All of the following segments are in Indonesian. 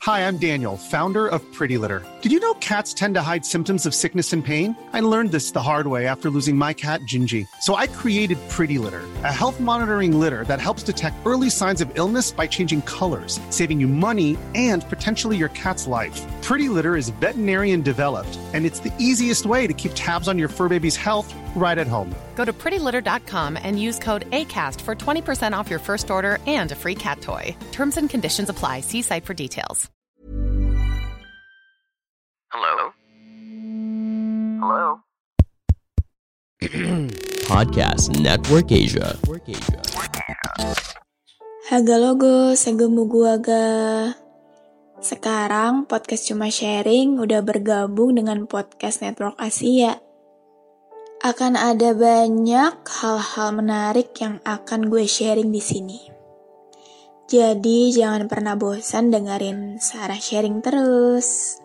Hi, I'm Daniel, founder of Pretty Litter. Did you know cats tend to hide symptoms of sickness and pain? I learned this the hard way after losing my cat, Gingy. So I created Pretty Litter, a health monitoring litter that helps detect early signs of illness by changing colors, saving you money and potentially your cat's life. Pretty Litter is veterinarian developed, and it's the easiest way to keep tabs on your fur baby's health right at home. Go to prettylitter.com and use code ACAST for 20% off your first order and a free cat toy. Terms and conditions apply. See site for details. Hello? Hello? Podcast Network Asia. Haga logo, segemu gua ga. Sekarang podcast Cuma Sharing udah bergabung dengan Podcast Network Asia. Akan ada banyak hal-hal menarik yang akan gue sharing di sini. Jadi jangan pernah bosan dengerin Sarah sharing terus.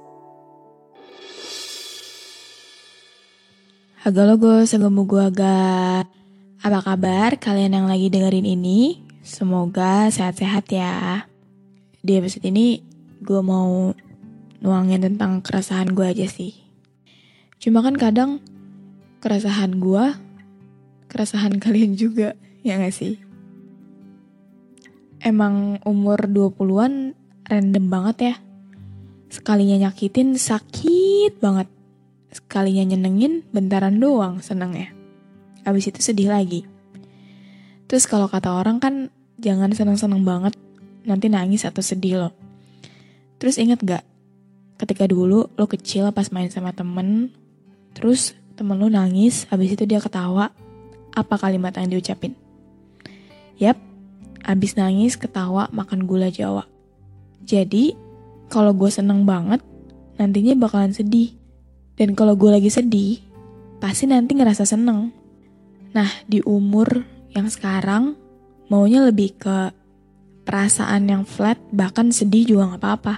Haga logo, segemu gua ga. Apa kabar kalian yang lagi dengerin ini? Semoga sehat-sehat ya. Di episode ini gue mau nuangin tentang keresahan gue aja sih. Cuma kan kadang keresahan gue, keresahan kalian juga, ya gak sih? Emang umur 20-an random banget ya. Sekalinya nyakitin sakit banget. Sekalinya nyenengin bentaran doang seneng ya. Abis itu sedih lagi. Terus kalau kata orang kan jangan seneng-seneng banget, nanti nangis atau sedih loh. Terus inget gak? Ketika dulu lo kecil pas main sama temen, terus temen lo nangis, abis itu dia ketawa, apa kalimat yang diucapin? Yap, abis nangis ketawa makan gula Jawa. Jadi, kalau gue seneng banget, nantinya bakalan sedih. Dan kalau gue lagi sedih, pasti nanti ngerasa seneng. Nah, di umur yang sekarang, maunya lebih ke perasaan yang flat, bahkan sedih juga gak apa-apa.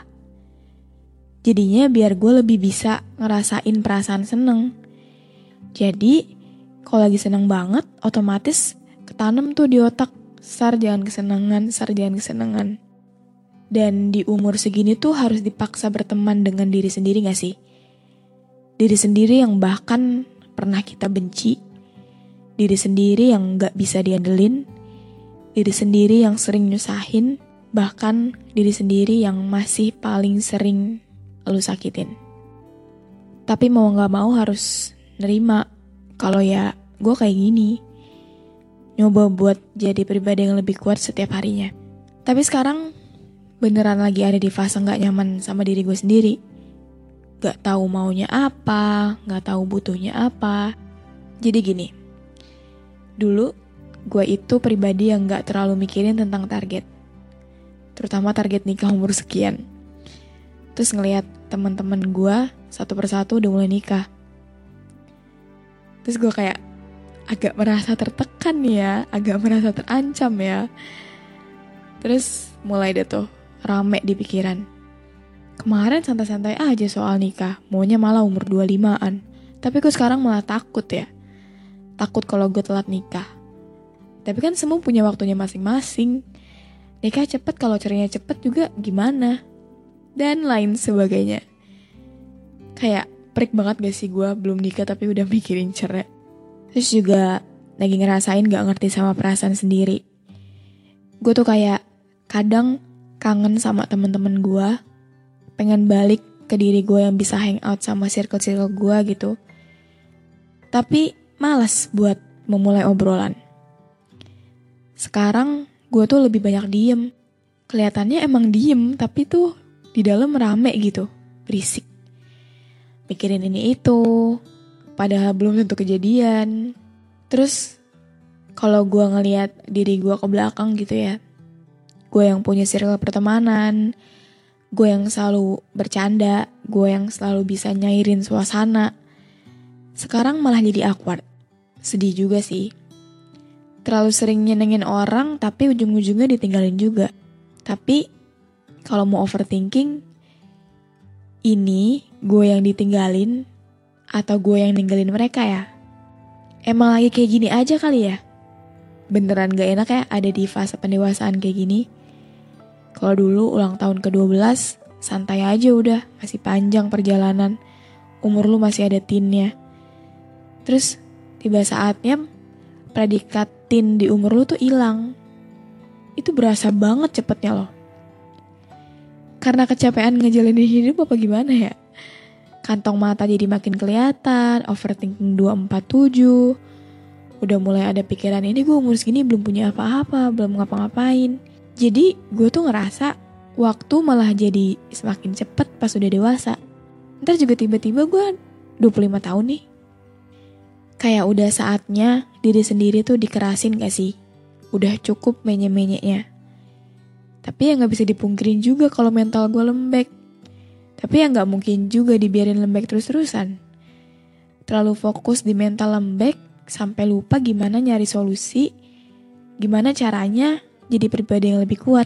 Jadinya biar gue lebih bisa ngerasain perasaan seneng. Jadi, kalau lagi seneng banget, otomatis ketanam tuh di otak, sar jangan kesenangan. Dan di umur segini tuh harus dipaksa berteman dengan diri sendiri gak sih? Diri sendiri yang bahkan pernah kita benci, diri sendiri yang gak bisa diandelin, diri sendiri yang sering nyusahin, bahkan diri sendiri yang masih paling sering lu sakitin. Tapi mau gak mau harus nerima kalau ya gue kayak gini. Nyoba buat jadi pribadi yang lebih kuat setiap harinya. Tapi sekarang beneran lagi ada di fase gak nyaman sama diri gue sendiri. Gak tahu maunya apa, gak tahu butuhnya apa. Jadi gini, dulu gue itu pribadi yang gak terlalu mikirin tentang target. Terutama target nikah umur sekian. Terus ngelihat teman-teman gue satu persatu udah mulai nikah. Terus gue kayak agak merasa tertekan ya, agak merasa terancam ya. Terus mulai deh tuh rame di pikiran. Kemarin santai-santai aja soal nikah, maunya malah umur 25-an. Tapi gue sekarang malah takut ya. Takut kalau gue telat nikah. Tapi kan semua punya waktunya masing-masing. Nikah cepet, kalau cerainya cepet juga gimana? Dan lain sebagainya. Kayak perik banget gak sih gue belum nikah tapi udah mikirin cerai. Terus juga lagi ngerasain gak ngerti sama perasaan sendiri. Gue tuh kayak kadang kangen sama temen-temen gue. Pengen balik ke diri gue yang bisa hangout sama circle-circle gue gitu. Tapi malas buat memulai obrolan. Sekarang gue tuh lebih banyak diem. Kelihatannya emang diem, tapi tuh di dalam rame gitu, berisik. Mikirin ini itu, padahal belum tentu kejadian. Terus kalau gue ngelihat diri gue ke belakang gitu ya, gue yang punya circle pertemanan, gue yang selalu bercanda, gue yang selalu bisa nyairin suasana. Sekarang malah jadi awkward. Sedih juga sih. Terlalu sering nyenengin orang, tapi ujung-ujungnya ditinggalin juga. Tapi kalau mau overthinking, ini gue yang ditinggalin atau gue yang ninggalin mereka ya? Emang lagi kayak gini aja kali ya? Beneran gak enak ya ada di fase pendewasaan kayak gini? Kalau dulu ulang tahun ke-12, santai aja udah, masih panjang perjalanan. Umur lu masih ada tinnya. Terus tiba saatnya predikat tin di umur lu tuh hilang. Itu berasa banget cepetnya loh. Karena kecapean ngejalanin hidup apa gimana ya? Kantong mata jadi makin kelihatan, overthinking 247. Udah mulai ada pikiran ini gue umur segini belum punya apa-apa, belum ngapa-ngapain. Jadi gue tuh ngerasa waktu malah jadi semakin cepet pas udah dewasa. Ntar juga tiba-tiba gue 25 tahun nih. Kayak udah saatnya diri sendiri tuh dikerasin gak sih? Udah cukup menye-menyenya. Tapi ya gak bisa dipungkirin juga kalau mental gue lembek. Tapi ya gak mungkin juga dibiarin lembek terus-terusan. Terlalu fokus di mental lembek sampai lupa gimana nyari solusi, gimana caranya jadi pribadi yang lebih kuat.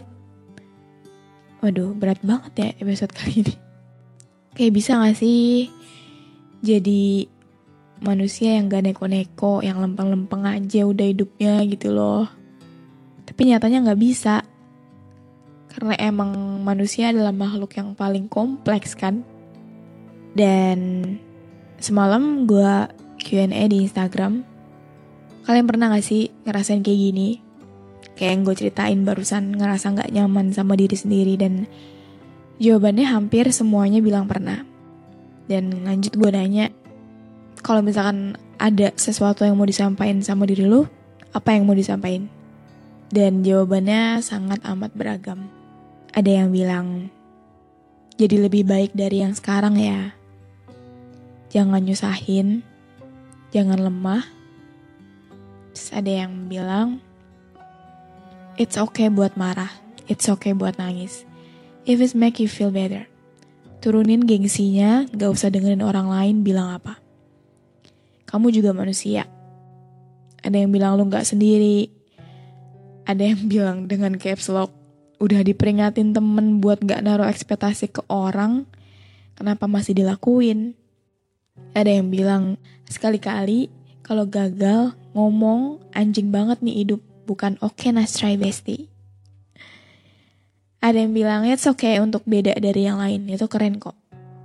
Waduh, berat banget ya episode kali ini. Kayak bisa gak sih jadi manusia yang gak neko-neko, yang lempeng-lempeng aja udah hidupnya gitu loh. Tapi nyatanya gak bisa. Karena emang manusia adalah makhluk yang paling kompleks kan. Dan semalam gue Q&A di Instagram. Kalian pernah gak sih ngerasain kayak gini? Kayak yang gue ceritain barusan, ngerasa gak nyaman sama diri sendiri. Dan jawabannya hampir semuanya bilang pernah. Dan lanjut gue nanya, kalau misalkan ada sesuatu yang mau disampaikan sama diri lu, apa yang mau disampaikan? Dan jawabannya sangat amat beragam. Ada yang bilang, jadi lebih baik dari yang sekarang ya. Jangan nyusahin, jangan lemah. Terus ada yang bilang, it's okay buat marah, it's okay buat nangis. If it make you feel better. Turunin gengsinya, gak usah dengerin orang lain bilang apa. Kamu juga manusia. Ada yang bilang lu gak sendiri. Ada yang bilang dengan caps lock, udah diperingatin temen buat gak naruh ekspektasi ke orang, kenapa masih dilakuin? Ada yang bilang, sekali-kali kalau gagal ngomong anjing banget nih hidup, bukan okay nice try bestie. Ada yang bilang, it's okay untuk beda dari yang lain, itu keren kok.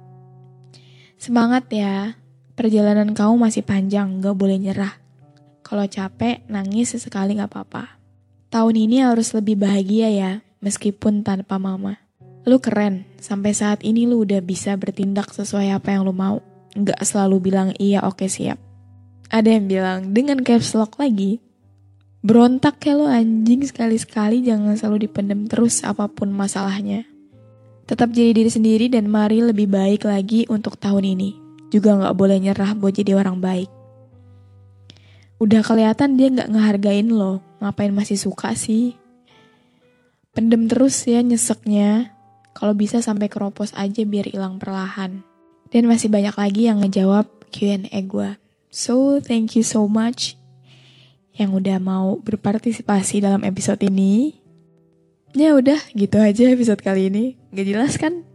Semangat ya, perjalanan kamu masih panjang, gak boleh nyerah. Kalau capek, nangis sesekali gak apa-apa. Tahun ini harus lebih bahagia ya, meskipun tanpa mama. Lu keren, sampai saat ini lu udah bisa bertindak sesuai apa yang lu mau. Gak selalu bilang iya oke siap. Ada yang bilang, dengan caps lock lagi, berontak ya lu anjing, sekali-sekali jangan selalu dipendam terus apapun masalahnya. Tetap jadi diri sendiri dan mari lebih baik lagi untuk tahun ini. Juga gak boleh nyerah buat jadi orang baik. Udah kelihatan dia gak ngehargain lo, ngapain masih suka sih? Pendem terus ya nyeseknya. Kalau bisa sampai keropos aja biar hilang perlahan. Dan masih banyak lagi yang ngejawab Q&A gue. So, thank you so much yang udah mau berpartisipasi dalam episode ini. Ya udah, gitu aja episode kali ini. Gak jelas kan?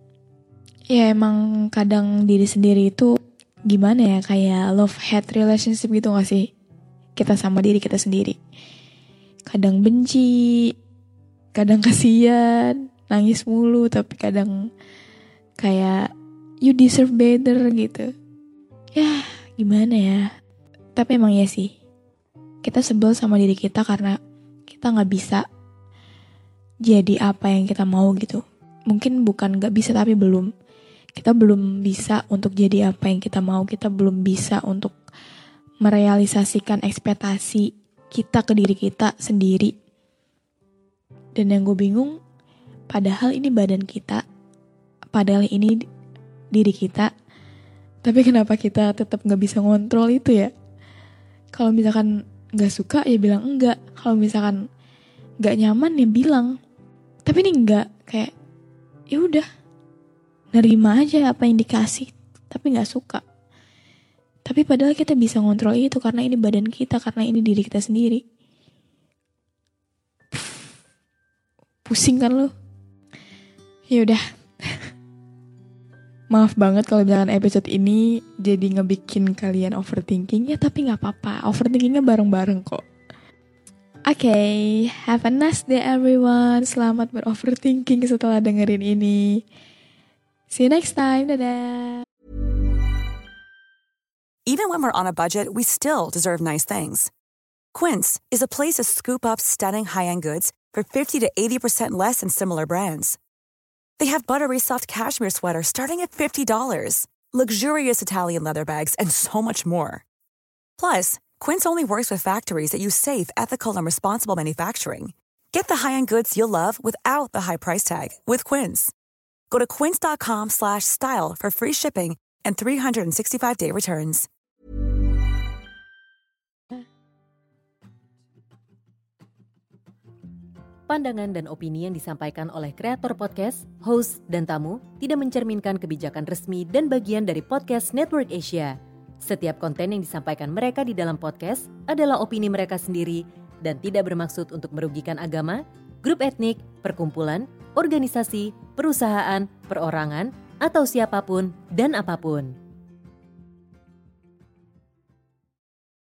Ya emang kadang diri sendiri itu gimana ya, kayak love-hate relationship gitu gak sih? Kita sama diri kita sendiri. Kadang benci, kadang kasihan, nangis mulu, tapi kadang kayak you deserve better gitu. Ya gimana ya. Tapi emang ya sih, kita sebel sama diri kita karena kita gak bisa jadi apa yang kita mau gitu. Mungkin bukan gak bisa tapi belum. Kita belum bisa untuk jadi apa yang kita mau. Kita belum bisa untuk merealisasikan ekspektasi kita ke diri kita sendiri. Dan yang gue bingung, padahal ini badan kita, padahal ini diri kita, tapi kenapa kita tetap gak bisa ngontrol itu ya? Kalau misalkan gak suka ya bilang enggak, kalau misalkan gak nyaman ya bilang. Tapi ini enggak, kayak ya udah, nerima aja apa yang dikasih, tapi gak suka. Tapi padahal kita bisa ngontrol itu karena ini badan kita, karena ini diri kita sendiri. Pusing kan lo? Ya udah. Maaf banget kalau misalkan episode ini jadi ngebikin kalian overthinking ya, tapi nggak apa-apa. Overthinkingnya bareng-bareng kok. Okay, have a nice day everyone. Selamat beroverthinking setelah dengerin ini. See you next time. Dadah. Even when we're on a budget, we still deserve nice things. Quince is a place to scoop up stunning high-end goods for 50 to 80% less than similar brands. They have buttery soft cashmere sweaters starting at $50, luxurious Italian leather bags, and so much more. Plus, Quince only works with factories that use safe, ethical, and responsible manufacturing. Get the high-end goods you'll love without the high price tag with Quince. Go to quince.com/style for free shipping and 365-day returns. Pandangan dan opini yang disampaikan oleh kreator podcast, host, dan tamu tidak mencerminkan kebijakan resmi dan bagian dari podcast Network Asia. Setiap konten yang disampaikan mereka di dalam podcast adalah opini mereka sendiri dan tidak bermaksud untuk merugikan agama, grup etnik, perkumpulan, organisasi, perusahaan, perorangan, atau siapapun dan apapun.